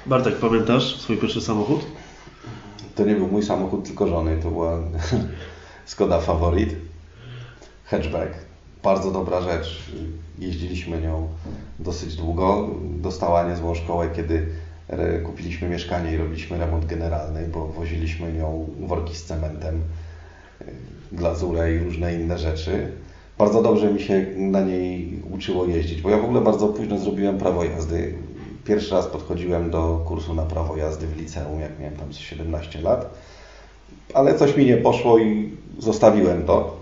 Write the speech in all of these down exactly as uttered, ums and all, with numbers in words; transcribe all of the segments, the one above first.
Bartek, pamiętasz swój pierwszy samochód? To nie był mój samochód, tylko żony. To była Skoda Favorit, hatchback. Bardzo dobra rzecz. Jeździliśmy nią dosyć długo. Dostała niezłą szkołę, kiedy kupiliśmy mieszkanie i robiliśmy remont generalny, bo woziliśmy nią worki z cementem, glazurę i różne inne rzeczy. Bardzo dobrze mi się na niej uczyło jeździć, bo ja w ogóle bardzo późno zrobiłem prawo jazdy. Pierwszy raz podchodziłem do kursu na prawo jazdy w liceum, jak miałem tam siedemnaście lat, ale coś mi nie poszło i zostawiłem to.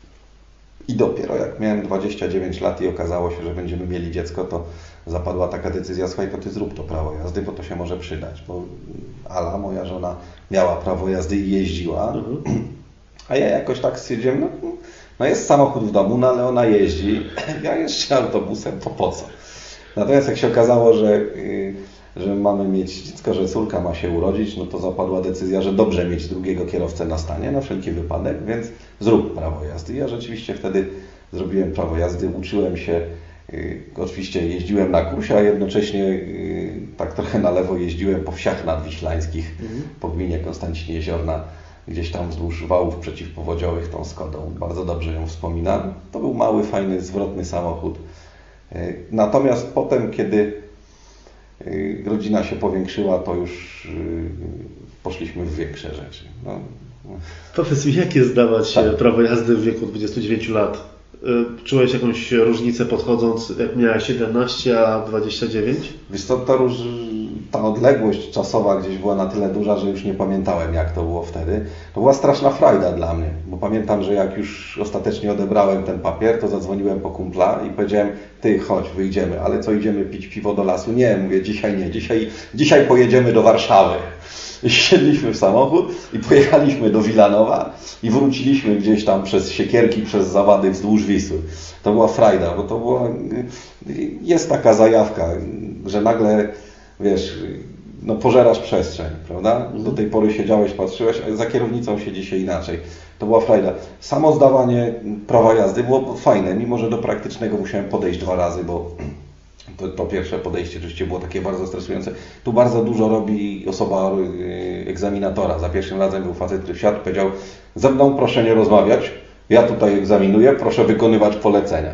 I dopiero jak miałem dwadzieścia dziewięć lat i okazało się, że będziemy mieli dziecko, to zapadła taka decyzja, słuchaj, to ty zrób to prawo jazdy, bo to się może przydać. Bo Ala, moja żona, miała prawo jazdy i jeździła, mhm. a ja jakoś tak stwierdziłem, no, no jest samochód w domu, no ale ona jeździ, ja jeszcze autobusem, to po co? Natomiast jak się okazało, że, yy, że mamy mieć dziecko, że córka ma się urodzić, no to zapadła decyzja, że dobrze mieć drugiego kierowcę na stanie, na wszelki wypadek, więc zrób prawo jazdy. Ja rzeczywiście wtedy zrobiłem prawo jazdy, uczyłem się, yy, oczywiście jeździłem na kursie, a jednocześnie yy, tak trochę na lewo jeździłem po wsiach nadwiślańskich, mhm. po gminie Konstancin Jeziorna, gdzieś tam wzdłuż wałów przeciwpowodziowych tą Skodą. Bardzo dobrze ją wspominam. To był mały, fajny, zwrotny samochód. Natomiast potem, kiedy rodzina się powiększyła, to już poszliśmy w większe rzeczy. No. Powiedz mi, jak jest zdawać tak. prawo jazdy w wieku dwudziestu dziewięciu lat? Czułeś jakąś różnicę podchodząc, jak miałeś siedemnaście, a dwadzieścia dziewięć? Wiesz co, ta, róż... ta odległość czasowa gdzieś była na tyle duża, że już nie pamiętałem, jak to było wtedy. To była straszna frajda dla mnie, bo pamiętam, że jak już ostatecznie odebrałem ten papier, to zadzwoniłem po kumpla i powiedziałem, ty chodź, wyjdziemy, ale co, idziemy pić piwo do lasu? Nie, mówię, dzisiaj nie, dzisiaj, dzisiaj pojedziemy do Warszawy. I siedliśmy w samochód i pojechaliśmy do Wilanowa i wróciliśmy gdzieś tam przez Siekierki, przez Zawady wzdłuż Wisły. To była frajda, bo to była, jest taka zajawka, że nagle, wiesz, no pożerasz przestrzeń, prawda? Do tej pory siedziałeś, patrzyłeś, a za kierownicą siedzi się inaczej. To była frajda. Samo zdawanie prawa jazdy było fajne, mimo że do praktycznego musiałem podejść dwa razy, bo To, to pierwsze podejście oczywiście było takie bardzo stresujące. Tu bardzo dużo robi osoba egzaminatora. Za pierwszym razem był facet, który wsiadł, powiedział, ze mną proszę nie rozmawiać, ja tutaj egzaminuję, proszę wykonywać polecenia.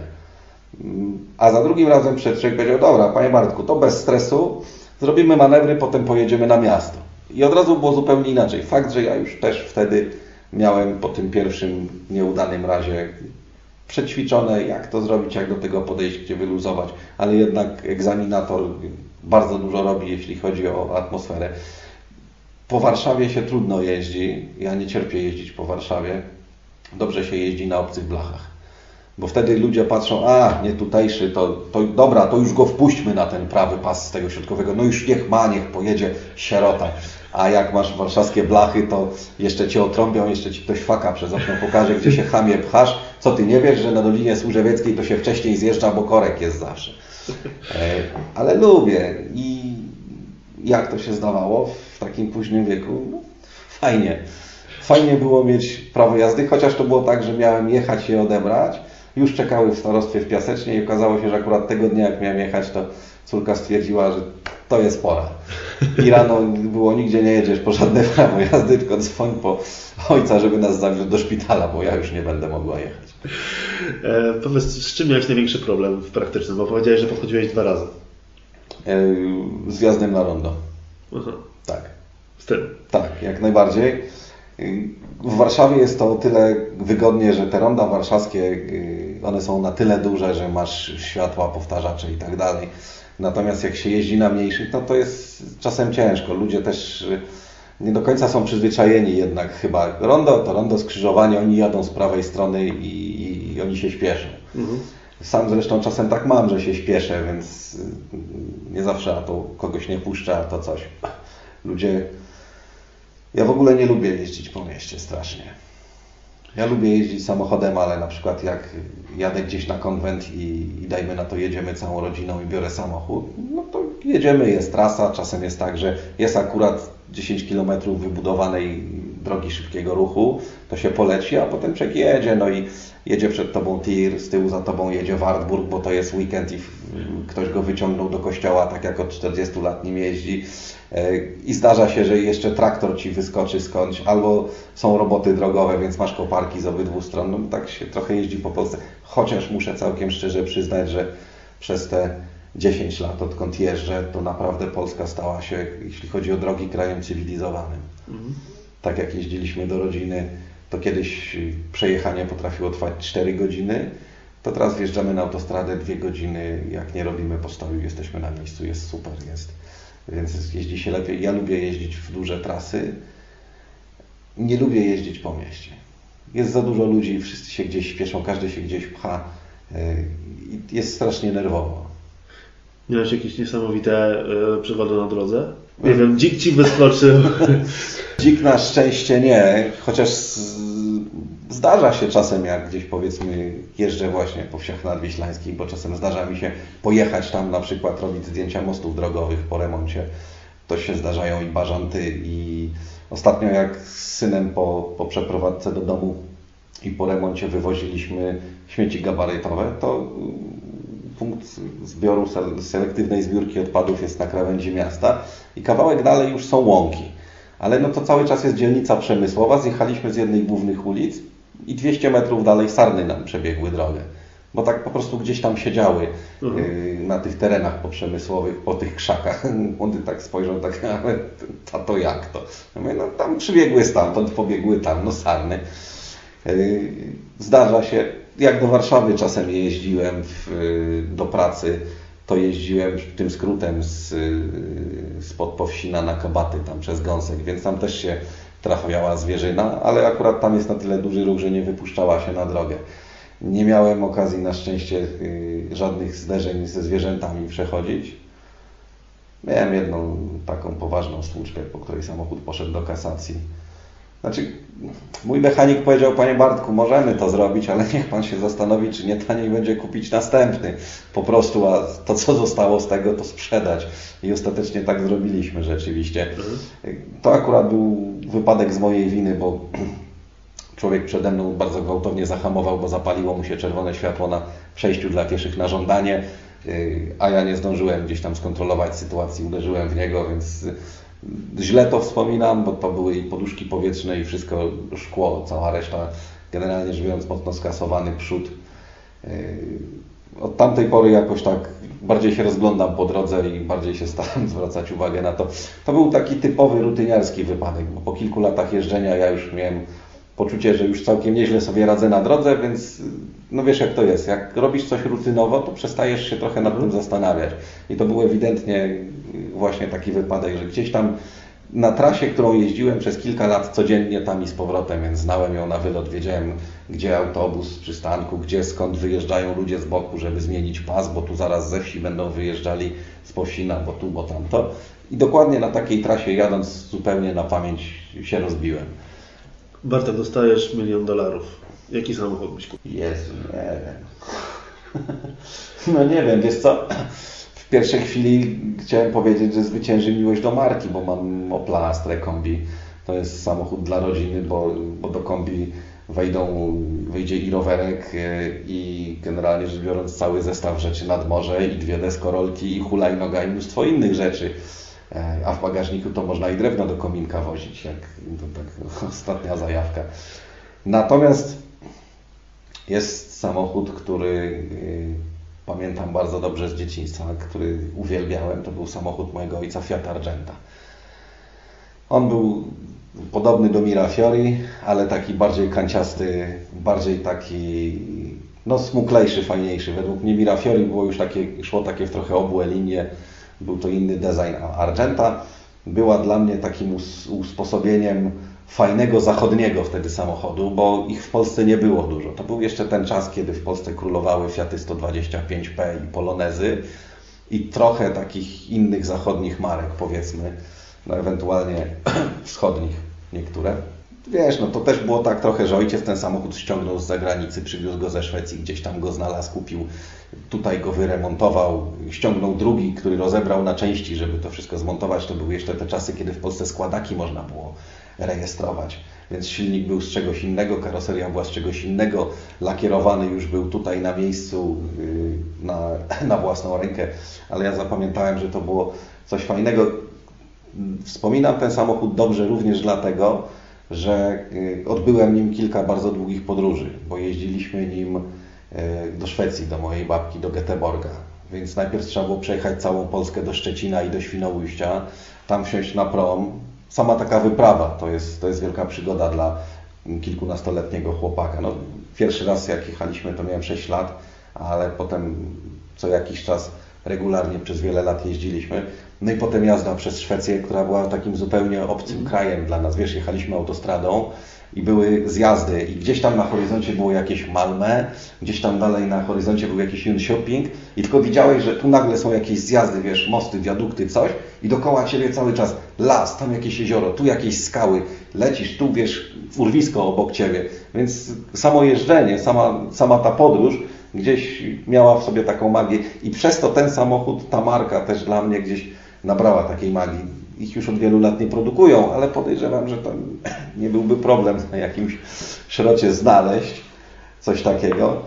A za drugim razem przed człowiek powiedział, dobra, panie Bartku, to bez stresu, zrobimy manewry, potem pojedziemy na miasto. I od razu było zupełnie inaczej. Fakt, że ja już też wtedy miałem po tym pierwszym nieudanym razie przećwiczone, jak to zrobić, jak do tego podejść, gdzie wyluzować, ale jednak egzaminator bardzo dużo robi, jeśli chodzi o atmosferę. Po Warszawie się trudno jeździ, ja nie cierpię jeździć po Warszawie, dobrze się jeździ na obcych blachach, bo wtedy ludzie patrzą, a nie tutejszy, to, to dobra, to już go wpuśćmy na ten prawy pas z tego środkowego, no już niech ma, niech pojedzie, sierota. A jak masz warszawskie blachy, to jeszcze cię otrąbią, jeszcze ci ktoś faka przez okno pokaże, gdzie się chamie pchasz. Co ty nie wiesz, że na Dolinie Służewieckiej to się wcześniej zjeżdża, bo korek jest zawsze. Ale lubię i jak to się zdawało w takim późnym wieku? No, fajnie. Fajnie było mieć prawo jazdy, chociaż to było tak, że miałem jechać je odebrać. Już czekały w starostwie w Piasecznie i okazało się, że akurat tego dnia, jak miałem jechać, to córka stwierdziła, że to jest pora. I rano było, nigdzie nie jedziesz po żadne prawo jazdy, tylko dzwoń po ojca, żeby nas zawiózł do szpitala, bo ja już nie będę mogła jechać. E, powiedz, z czym miałeś największy problem w praktycznym? Bo powiedziałeś, że podchodziłeś dwa razy. E, z wjazdem na rondo. Aha. Tak. Z tym? Tak, jak najbardziej. W Warszawie jest to o tyle wygodnie, że te ronda warszawskie, one są na tyle duże, że masz światła, powtarzacze i tak dalej. Natomiast jak się jeździ na mniejszych, no to jest czasem ciężko. Ludzie też nie do końca są przyzwyczajeni jednak chyba. Rondo to rondo, skrzyżowanie, oni jadą z prawej strony i, i oni się śpieszą. Mhm. Sam zresztą czasem tak mam, że się śpieszę, więc nie zawsze a to kogoś nie puszcza, a to coś. Ludzie... Ja w ogóle nie lubię jeździć po mieście strasznie. Ja lubię jeździć samochodem, ale na przykład jak jadę gdzieś na konwent i, i dajmy na to jedziemy całą rodziną i biorę samochód, no to jedziemy, jest trasa, czasem jest tak, że jest akurat dziesięć kilometrów wybudowanej drogi szybkiego ruchu, to się poleci, a potem człowiek jedzie, no i jedzie przed tobą tir, z tyłu za tobą jedzie Wartburg, bo to jest weekend i ktoś go wyciągnął do kościoła, tak jak od czterdziestu lat nim jeździ. I zdarza się, że jeszcze traktor ci wyskoczy skądś, albo są roboty drogowe, więc masz koparki z obydwu stron. No tak się trochę jeździ po Polsce. Chociaż muszę całkiem szczerze przyznać, że przez te dziesięć lat, odkąd jeżdżę, to naprawdę Polska stała się, jeśli chodzi o drogi, krajem cywilizowanym. Mhm. Tak jak jeździliśmy do rodziny, to kiedyś przejechanie potrafiło trwać cztery godziny, to teraz wjeżdżamy na autostradę dwie godziny, jak nie robimy postoju, jesteśmy na miejscu, jest super, jest. Więc jeździ się lepiej. Ja lubię jeździć w duże trasy, nie lubię jeździć po mieście. Jest za dużo ludzi, wszyscy się gdzieś śpieszą, każdy się gdzieś pcha i jest strasznie nerwowo. Miałeś jakieś niesamowite y, przygody na drodze? Nie wiem, dzik ci wyskoczył. Dzik na szczęście nie, chociaż z, zdarza się czasem, jak gdzieś powiedzmy jeżdżę właśnie po wsiach nadwiślańskich, bo czasem zdarza mi się pojechać tam, na przykład robić zdjęcia mostów drogowych po remoncie. To się zdarzają i bażanty, i ostatnio jak z synem po, po przeprowadzce do domu i po remoncie wywoziliśmy śmieci gabarytowe, to punkt zbioru selektywnej zbiórki odpadów jest na krawędzi miasta i kawałek dalej już są łąki. Ale no to cały czas jest dzielnica przemysłowa, zjechaliśmy z jednej z głównych ulic i dwieście metrów dalej sarny nam przebiegły drogę. Bo tak po prostu gdzieś tam siedziały mhm. y, na tych terenach poprzemysłowych, po tych krzakach. Młody tak spojrzał, tak, ale to, to jak to? Ja mówię, no tam przybiegły stamtąd, pobiegły tam, no sarny. Y, zdarza się, jak do Warszawy czasem jeździłem w, do pracy, to jeździłem tym skrótem z, spod Powsina na Kabaty, tam przez Gąsek, więc tam też się trafiała zwierzyna, ale akurat tam jest na tyle duży ruch, że nie wypuszczała się na drogę. Nie miałem okazji na szczęście y, żadnych zderzeń ze zwierzętami przechodzić. Miałem jedną taką poważną stłuczkę, po której samochód poszedł do kasacji. Znaczy, mój mechanik powiedział, panie Bartku, możemy to zrobić, ale niech pan się zastanowi, czy nie taniej będzie kupić następny. Po prostu, a to co zostało z tego, to sprzedać. I ostatecznie tak zrobiliśmy rzeczywiście. To akurat był wypadek z mojej winy, bo człowiek przede mną bardzo gwałtownie zahamował, bo zapaliło mu się czerwone światło na przejściu dla pieszych na żądanie, a ja nie zdążyłem gdzieś tam skontrolować sytuacji, uderzyłem w niego, więc źle to wspominam, bo to były i poduszki powietrzne i wszystko szkło, cała reszta, generalnie rzecz biorąc, mocno skasowany przód. Od tamtej pory jakoś tak bardziej się rozglądam po drodze i bardziej się staram zwracać uwagę na to. To był taki typowy, rutyniarski wypadek, bo po kilku latach jeżdżenia ja już miałem poczucie, że już całkiem nieźle sobie radzę na drodze, więc no wiesz jak to jest, jak robisz coś rutynowo, to przestajesz się trochę nad tym zastanawiać. I to był ewidentnie właśnie taki wypadek, że gdzieś tam na trasie, którą jeździłem przez kilka lat codziennie tam i z powrotem, więc znałem ją na wylot, wiedziałem gdzie autobus z przystanku, gdzie skąd wyjeżdżają ludzie z boku, żeby zmienić pas, bo tu zaraz ze wsi będą wyjeżdżali z Powsina, bo tu, bo tamto. I dokładnie na takiej trasie jadąc zupełnie na pamięć się rozbiłem. Bartek, dostajesz milion dolarów. Jaki samochód byś kupił? Jezu, nie wiem. No nie wiem, wiesz co? W pierwszej chwili chciałem powiedzieć, że zwycięży miłość do marki, bo mam Opla Astrę kombi. To jest samochód dla rodziny, bo, bo do kombi wejdą, wyjdzie i rowerek, i generalnie rzecz biorąc cały zestaw rzeczy nad morze, i dwie deskorolki, i hulajnoga, i mnóstwo innych rzeczy. A w bagażniku to można i drewno do kominka wozić, jak to tak ostatnia zajawka. Natomiast jest samochód, który yy, pamiętam bardzo dobrze z dzieciństwa, który uwielbiałem. To był samochód mojego ojca, Fiat Argenta. On był podobny do Mirafiori, ale taki bardziej kanciasty, bardziej taki no smuklejszy, fajniejszy. Według mnie Mirafiori było już takie, szło takie w trochę obłe linie. Był to inny design, a Argenta była dla mnie takim usposobieniem fajnego zachodniego wtedy samochodu, bo ich w Polsce nie było dużo. To był jeszcze ten czas, kiedy w Polsce królowały Fiaty sto dwadzieścia pięć P i Polonezy i trochę takich innych zachodnich marek, powiedzmy, no ewentualnie wschodnich niektóre. Wiesz, no to też było tak trochę, że ojciec ten samochód ściągnął z zagranicy, przywiózł go ze Szwecji, gdzieś tam go znalazł, kupił, tutaj go wyremontował, ściągnął drugi, który rozebrał na części, żeby to wszystko zmontować. To były jeszcze te czasy, kiedy w Polsce składaki można było rejestrować. Więc silnik był z czegoś innego, karoseria była z czegoś innego, lakierowany już był tutaj na miejscu na, na własną rękę, ale ja zapamiętałem, że to było coś fajnego. Wspominam ten samochód dobrze również dlatego, że odbyłem nim kilka bardzo długich podróży, bo jeździliśmy nim do Szwecji, do mojej babki, do Göteborga. Więc najpierw trzeba było przejechać całą Polskę do Szczecina i do Świnoujścia, tam wsiąść na prom. Sama taka wyprawa to jest, to jest wielka przygoda dla kilkunastoletniego chłopaka. No, pierwszy raz jak jechaliśmy, to miałem sześć lat, ale potem co jakiś czas regularnie przez wiele lat jeździliśmy. No i potem jazda przez Szwecję, która była takim zupełnie obcym mm. krajem dla nas. Wiesz, jechaliśmy autostradą i były zjazdy i gdzieś tam na horyzoncie było jakieś Malmö, gdzieś tam dalej na horyzoncie był jakiś Jönköping i tylko widziałeś, że tu nagle są jakieś zjazdy, wiesz, mosty, wiadukty, coś i dookoła ciebie cały czas las, tam jakieś jezioro, tu jakieś skały, lecisz, tu wiesz, urwisko obok ciebie, więc samo jeżdżenie, sama, sama ta podróż gdzieś miała w sobie taką magię i przez to ten samochód, ta marka też dla mnie gdzieś nabrała takiej magii. Ich już od wielu lat nie produkują, ale podejrzewam, że to nie byłby problem na jakimś szrocie znaleźć coś takiego.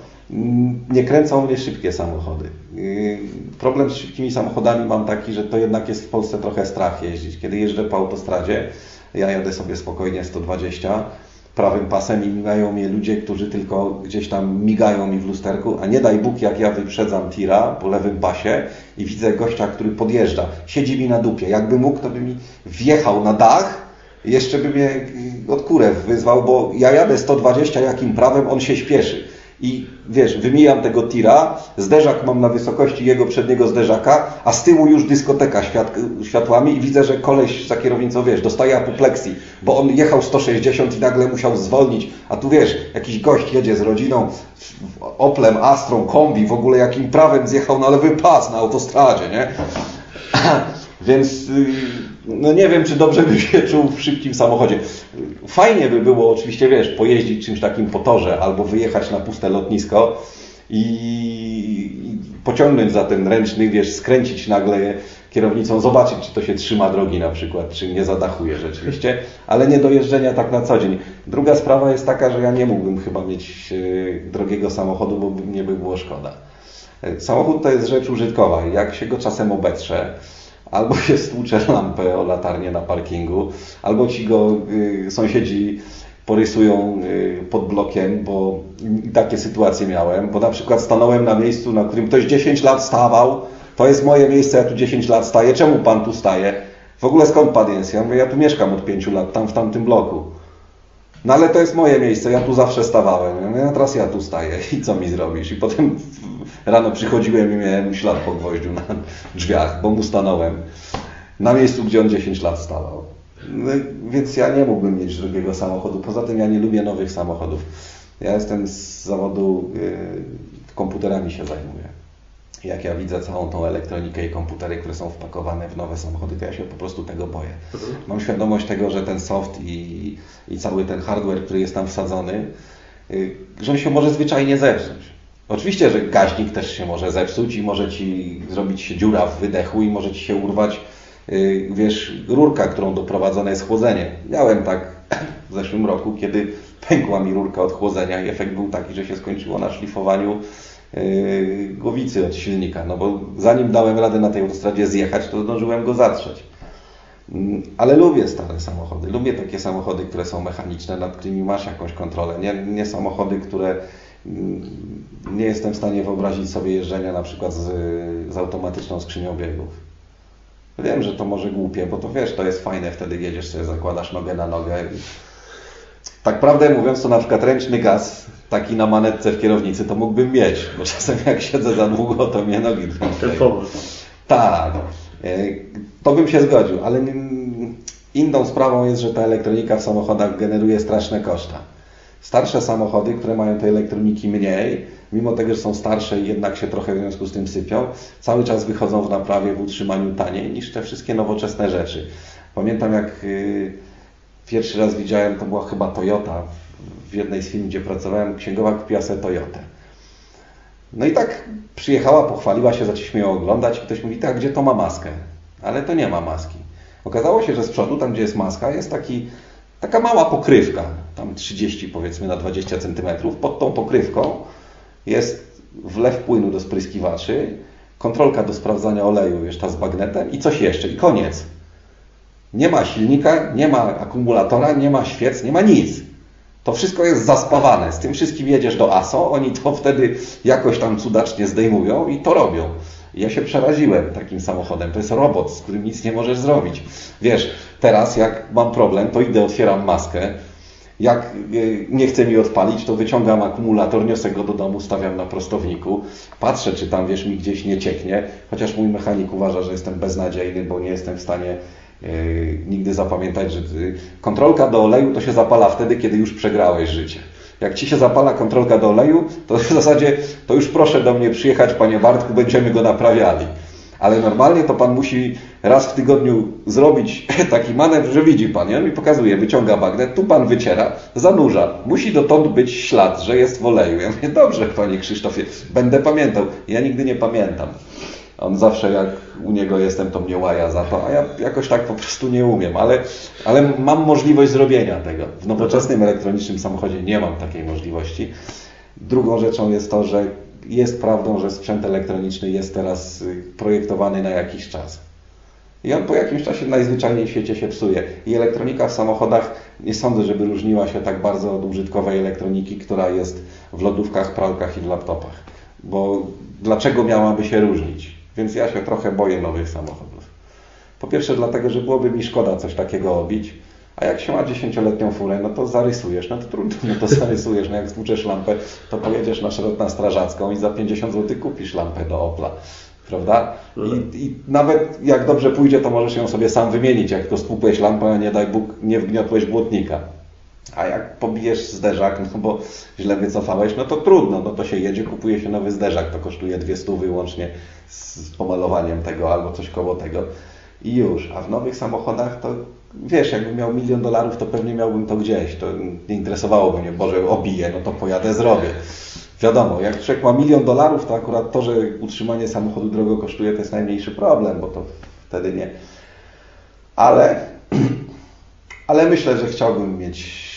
Nie kręcą mnie szybkie samochody. Problem z szybkimi samochodami mam taki, że to jednak jest w Polsce trochę strach jeździć. Kiedy jeżdżę po autostradzie, ja jadę sobie spokojnie sto dwadzieścia, prawym pasem i migają mnie ludzie, którzy tylko gdzieś tam migają mi w lusterku, a nie daj Bóg, jak ja wyprzedzam tira po lewym pasie i widzę gościa, który podjeżdża, siedzi mi na dupie. Jakby mógł, to by mi wjechał na dach i jeszcze by mnie od kurew wyzwał, bo ja jadę sto dwadzieścia, jakim prawem on się śpieszy. I wiesz, wymijam tego tira, zderzak mam na wysokości jego przedniego zderzaka, a z tyłu już dyskoteka świat, światłami i widzę, że koleś za kierownicą, wiesz, dostaje apopleksji, bo on jechał sto sześćdziesiąt i nagle musiał zwolnić, a tu wiesz, jakiś gość jedzie z rodziną, Oplem, Astrą, kombi, w ogóle jakim prawem zjechał na lewy pas na autostradzie, nie? Więc no nie wiem, czy dobrze bym się czuł w szybkim samochodzie. Fajnie by było oczywiście, wiesz, pojeździć czymś takim po torze albo wyjechać na puste lotnisko i pociągnąć za ten ręczny, wiesz, skręcić nagle kierownicą, zobaczyć, czy to się trzyma drogi na przykład, czy nie zadachuje rzeczywiście, ale nie do jeżdżenia tak na co dzień. Druga sprawa jest taka, że ja nie mógłbym chyba mieć drogiego samochodu, bo mnie by było szkoda. Samochód to jest rzecz użytkowa. Jak się go czasem obetrze, albo się stłucze lampę o latarnię na parkingu, albo ci go y, sąsiedzi porysują y, pod blokiem, bo y, takie sytuacje miałem, bo na przykład stanąłem na miejscu, na którym ktoś dziesięć lat stawał, to jest moje miejsce, ja tu dziesięć lat staję, czemu pan tu staje? W ogóle skąd pan jest? Ja mówię, ja tu mieszkam od pięciu lat, tam w tamtym bloku. No ale to jest moje miejsce, ja tu zawsze stawałem. Ja mówię, no teraz ja tu staję i co mi zrobisz? I potem rano przychodziłem i miałem ślad po gwoździu na drzwiach, bo mu stanąłem na miejscu, gdzie on dziesięć lat stawał. No, więc ja nie mógłbym mieć drugiego samochodu. Poza tym ja nie lubię nowych samochodów. Ja jestem z zawodu, yy, komputerami się zajmuję. Jak ja widzę całą tą elektronikę i komputery, które są wpakowane w nowe samochody, to ja się po prostu tego boję. Mhm. Mam świadomość tego, że ten soft i, i cały ten hardware, który jest tam wsadzony, yy, że on się może zwyczajnie zepsuć. Oczywiście, że gaźnik też się może zepsuć i może ci zrobić się dziura w wydechu i może ci się urwać, yy, wiesz, rurka, którą doprowadzone jest chłodzenie. Miałem tak w zeszłym roku, kiedy pękła mi rurka od chłodzenia i efekt był taki, że się skończyło na szlifowaniu yy, głowicy od silnika. No bo zanim dałem radę na tej autostradzie zjechać, to zdążyłem go zatrzeć. Yy, ale lubię stare samochody. Lubię takie samochody, które są mechaniczne, nad którymi masz jakąś kontrolę. Nie, nie samochody, które nie jestem w stanie wyobrazić sobie jeżdżenia na przykład z, z automatyczną skrzynią biegów. Wiem, że to może głupie, bo to wiesz, to jest fajne, wtedy jedziesz sobie, zakładasz nogę na nogę. Tak prawdę mówiąc, to na przykład ręczny gaz, taki na manetce w kierownicy, to mógłbym mieć, bo czasem jak siedzę za długo, to mnie nogi drżą. Tak, to bym się zgodził, ale inną sprawą jest, że ta elektronika w samochodach generuje straszne koszta. Starsze samochody, które mają tej elektroniki mniej, mimo tego, że są starsze i jednak się trochę w związku z tym sypią, cały czas wychodzą w naprawie, w utrzymaniu taniej niż te wszystkie nowoczesne rzeczy. Pamiętam, jak yy, pierwszy raz widziałem, to była chyba Toyota, w jednej z firm, gdzie pracowałem, księgowa kupiła sobie Toyotę. No i tak przyjechała, pochwaliła się, zaczęliśmy ją oglądać i ktoś mówi, tak, gdzie to ma maskę? Ale to nie ma maski. Okazało się, że z przodu, tam gdzie jest maska, jest taki taka mała pokrywka, tam trzydzieści powiedzmy na dwadzieścia centymetrów. Pod tą pokrywką jest wlew płynu do spryskiwaczy, kontrolka do sprawdzania oleju, wiesz, ta z bagnetem i coś jeszcze i koniec. Nie ma silnika, nie ma akumulatora, nie ma świec, nie ma nic. To wszystko jest zaspawane. Z tym wszystkim jedziesz do A S O, oni to wtedy jakoś tam cudacznie zdejmują i to robią. Ja się przeraziłem takim samochodem. To jest robot, z którym nic nie możesz zrobić. Wiesz, teraz jak mam problem, to idę, otwieram maskę. Jak nie chce mi odpalić, to wyciągam akumulator, niosę go do domu, stawiam na prostowniku. Patrzę, czy tam, wiesz, mi gdzieś nie cieknie. Chociaż mój mechanik uważa, że jestem beznadziejny, bo nie jestem w stanie Yy, nigdy zapamiętać, że kontrolka do oleju to się zapala wtedy, kiedy już przegrałeś życie. Jak Ci się zapala kontrolka do oleju, to w zasadzie to już proszę do mnie przyjechać, Panie Bartku, będziemy go naprawiali. Ale normalnie to Pan musi raz w tygodniu zrobić taki manewr, że widzi Pan, ja mi pokazuje, wyciąga bagnet, tu Pan wyciera, zanurza. Musi dotąd być ślad, że jest w oleju. Ja mówię, dobrze Panie Krzysztofie, będę pamiętał. Ja nigdy nie pamiętam. On zawsze jak u niego jestem, to mnie łaja za to, a ja jakoś tak po prostu nie umiem, ale, ale mam możliwość zrobienia tego. W nowoczesnym elektronicznym samochodzie nie mam takiej możliwości. Drugą rzeczą jest to, że jest prawdą, że sprzęt elektroniczny jest teraz projektowany na jakiś czas. I on po jakimś czasie najzwyczajniej w świecie się psuje. I elektronika w samochodach nie sądzę, żeby różniła się tak bardzo od użytkowej elektroniki, która jest w lodówkach, pralkach i w laptopach. Bo dlaczego miałaby się różnić? Więc ja się trochę boję nowych samochodów. Po pierwsze dlatego, że byłoby mi szkoda coś takiego obić, a jak się ma dziesięcioletnią furę, no to zarysujesz, no to trudno, no to zarysujesz, no jak stłuczesz lampę, to pojedziesz na Szerok na Strażacką i za pięćdziesiąt złotych kupisz lampę do Opla, prawda? I, I nawet jak dobrze pójdzie, to możesz ją sobie sam wymienić, jak to stłukłeś lampę, a nie daj Bóg, nie wgniotłeś błotnika. A jak pobijesz zderzak, no bo źle wycofałeś, no to trudno, no to się jedzie, kupuje się nowy zderzak, to kosztuje dwie stówy łącznie z pomalowaniem tego albo coś koło tego i już. A w nowych samochodach to wiesz, jakbym miał milion dolarów, to pewnie miałbym to gdzieś, to nie interesowałoby mnie, Boże, obiję, no to pojadę, zrobię. Wiadomo, jak człowiek ma milion dolarów, to akurat to, że utrzymanie samochodu drogo kosztuje, to jest najmniejszy problem, bo to wtedy nie. Ale, ale myślę, że chciałbym mieć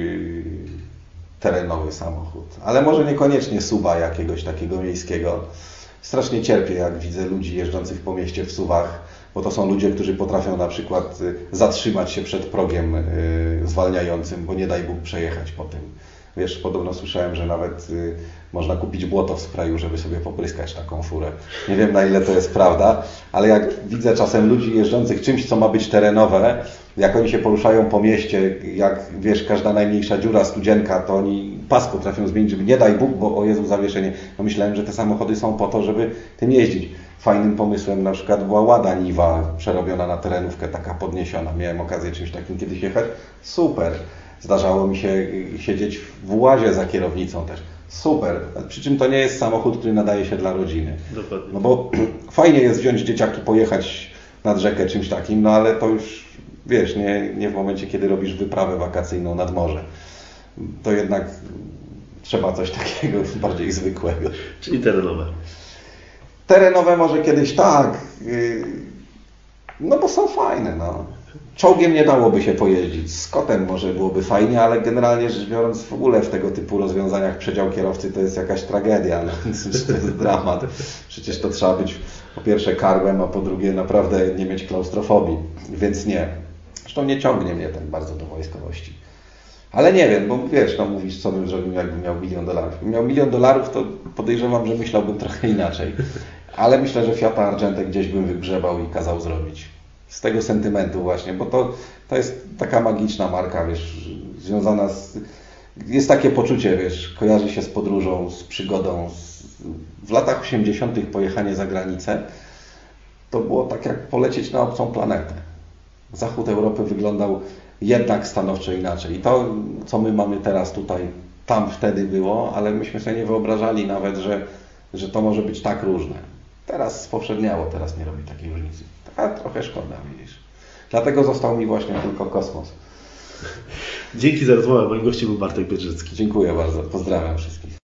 terenowy samochód, ale może niekoniecznie suwa jakiegoś takiego miejskiego. Strasznie cierpię, jak widzę ludzi jeżdżących po mieście w suwach, bo to są ludzie, którzy potrafią na przykład zatrzymać się przed progiem zwalniającym, bo nie daj Bóg przejechać po tym. Wiesz, podobno słyszałem, że nawet można kupić błoto w sprayu, żeby sobie popryskać taką furę. Nie wiem, na ile to jest prawda, ale jak widzę czasem ludzi jeżdżących czymś, co ma być terenowe, jak oni się poruszają po mieście, jak wiesz, każda najmniejsza dziura, studzienka, to oni pas potrafią zmienić, żeby nie daj Bóg, bo o Jezu, zawieszenie. No myślałem, że te samochody są po to, żeby tym jeździć. Fajnym pomysłem na przykład była Łada Niwa, przerobiona na terenówkę, taka podniesiona. Miałem okazję czymś takim kiedyś jechać. Super. Zdarzało mi się siedzieć w łazie za kierownicą też. Super. Przy czym to nie jest samochód, który nadaje się dla rodziny. Dokładnie. No bo fajnie jest wziąć dzieciaki, pojechać nad rzekę czymś takim, no ale to już wiesz, nie, nie w momencie, kiedy robisz wyprawę wakacyjną nad morze. To jednak trzeba coś takiego bardziej zwykłego. Czyli terenowe. Terenowe może kiedyś tak, no bo są fajne, no. Czołgiem nie dałoby się pojeździć, z kotem może byłoby fajnie, ale generalnie rzecz biorąc w ogóle w tego typu rozwiązaniach przedział kierowcy to jest jakaś tragedia, no, to jest dramat. Przecież to trzeba być po pierwsze karłem, a po drugie naprawdę nie mieć klaustrofobii, więc nie. Zresztą nie ciągnie mnie tak bardzo do wojskowości. Ale nie wiem, bo wiesz, no mówisz, co bym zrobił, jakbym miał milion dolarów. Jakbym miał milion dolarów, to podejrzewam, że myślałbym trochę inaczej. Ale myślę, że Fiata Argentę gdzieś bym wygrzebał i kazał zrobić. Z tego sentymentu właśnie, bo to, to jest taka magiczna marka, wiesz, związana z... Jest takie poczucie, wiesz, kojarzy się z podróżą, z przygodą. Z... W latach osiemdziesiątych pojechanie za granicę to było tak jak polecieć na obcą planetę. Zachód Europy wyglądał jednak stanowczo inaczej. I to, co my mamy teraz tutaj, tam wtedy było, ale myśmy sobie nie wyobrażali nawet, że, że to może być tak różne. Teraz spowszedniało, teraz nie robi takiej różnicy. A trochę szkoda, widzisz. Dlatego został mi właśnie tylko kosmos. Dzięki za rozmowę. Moim gościem był Bartek Biedrzycki. Dziękuję bardzo. Pozdrawiam wszystkich.